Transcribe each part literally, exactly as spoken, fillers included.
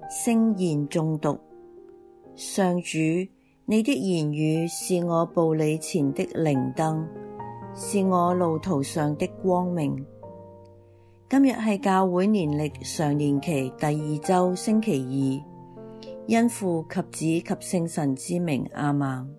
聖言誦讀。上主，你的言語是我步履前的靈燈，是我路途上的光明。今日係教會年曆常年期第二周星期二，因父及子及聖神之名，阿們。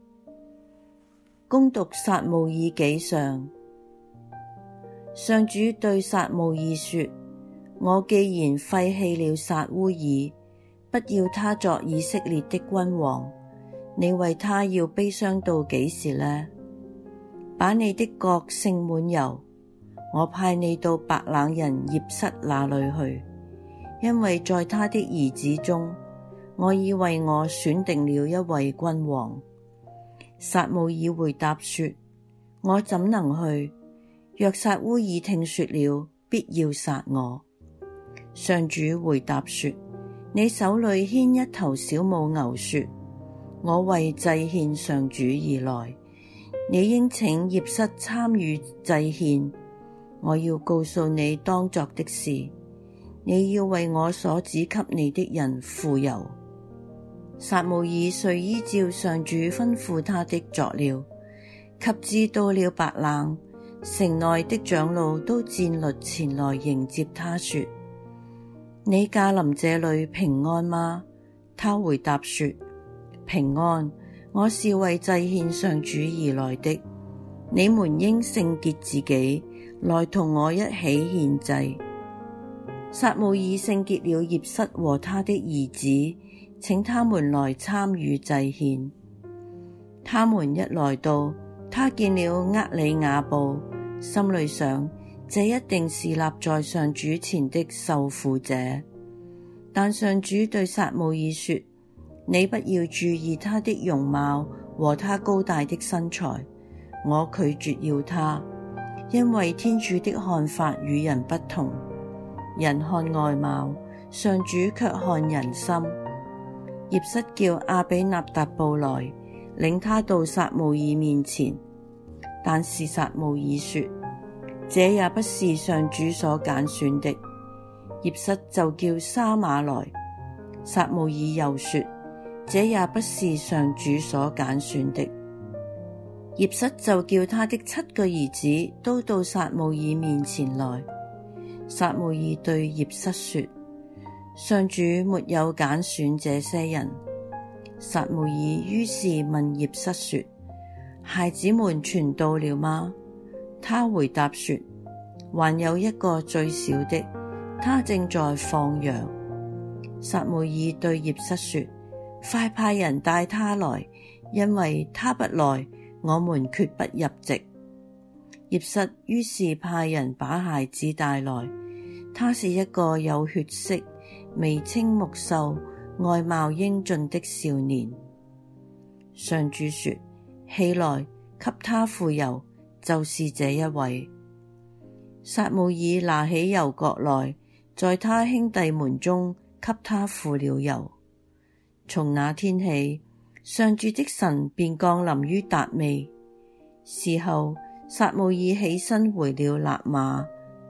恭讀撒慕爾紀上。上主對撒慕爾說：我既然廢棄了撒烏耳，不要他作以色列的君王，你為他要悲傷到幾時呢？把你的角盛滿油，我派你到白冷人葉瑟那裏去，因為在他的兒子中，我已為我選定了一位君王。撒慕爾回答說：我怎能去？若撒烏耳聽說了，必要殺我。上主回答說：你手裏牽一頭小母牛說，我為祭獻上主而來。你應請葉瑟參與祭獻。我要告訴你當作的事，你要為我所指給你的人傅油。撒慕爾遂依照上主吩咐他的作了。及至到了白冷，城內的長老都戰慄前來迎接他，說：你駕臨這裏平安嗎？他回答說：平安，我是為祭獻上主而來的。你們應聖潔自己，來同我一起獻祭。撒慕爾聖潔了葉瑟和他的兒子，請他們來參與祭獻。他們一來到，他見了厄里雅布，心裏想：這一定是立在上主前的受傅者。但上主對撒慕爾說：你不要注意他的容貌和他高大的身材，我拒絕要他，因為天主的看法與人不同。人看外貌，上主卻看人心。葉瑟叫阿比納達布來，領他到撒慕爾面前。但是撒慕爾說：這也不是上主所揀選的。葉瑟就叫沙馬來。撒慕爾又說：這也不是上主所揀選的。葉瑟就叫他的七個兒子都到撒慕爾面前來。撒慕爾對葉瑟說：上主沒有揀選這些人。撒慕爾於是問葉瑟說：孩子們全到了嗎？他回答說：還有一個最小的，他正在放羊。撒慕爾對葉瑟說：快派人帶他來，因為他不來，我們決不入席。葉瑟於是派人把孩子帶來，他是一個有血色、眉清目秀、外貌英俊的少年。上主說：起來，給他傅油，就是這一位。撒慕爾拿起油角來，在他兄弟們中給他傅了油。從那天起，上主的神便降臨於達味。事後，撒慕爾起身回了辣瑪。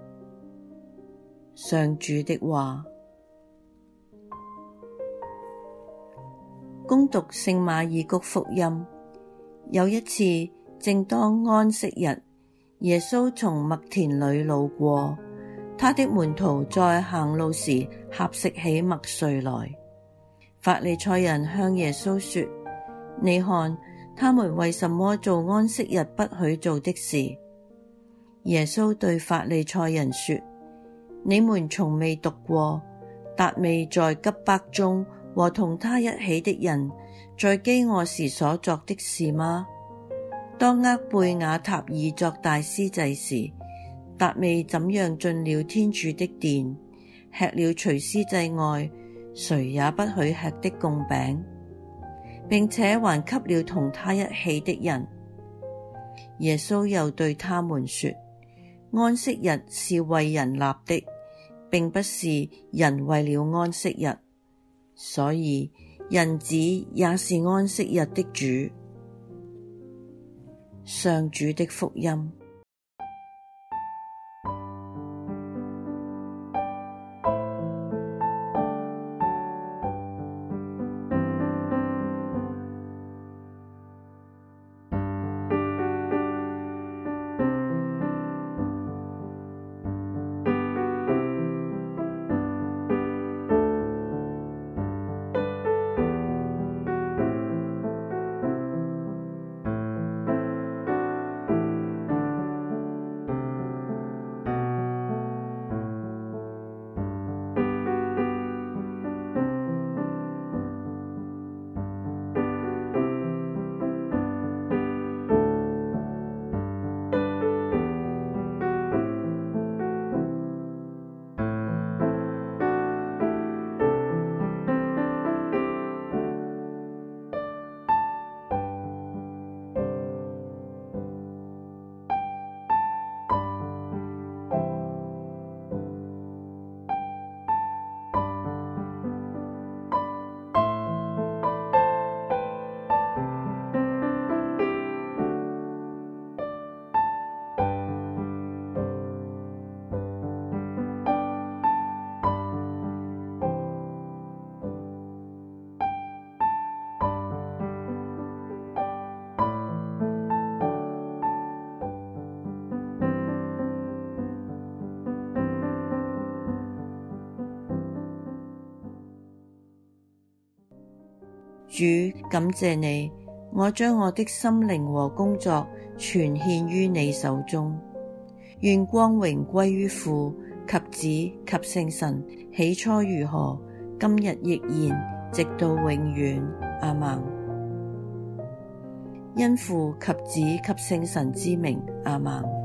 上主的話。恭讀聖馬爾谷福音。有一次，正當安息日，耶穌從麥田裏路過，他的門徒在行路時合拾起麥穗來。法利賽人向耶穌說：你看，他們為什麼做安息日不許做的事？耶穌對法利賽人說：你們從未讀過達味在吉伯中和同他一起的人在饑餓時所作的事嗎？當厄貝雅塔爾作大司祭時，達味怎樣進了天主的殿，吃了除司祭外誰也不許吃的供餅，並且還給了同他一起的人。耶穌又對他們說：安息日是為人立的，並不是人為了安息日，所以人子也是安息日的主。上主的福音。 主，感謝你，我將我的心靈和工作全獻於你手中。願光榮歸於父及子及聖神，起初如何，今日亦然，直到永遠。阿們。因父及子及聖神之名。阿們。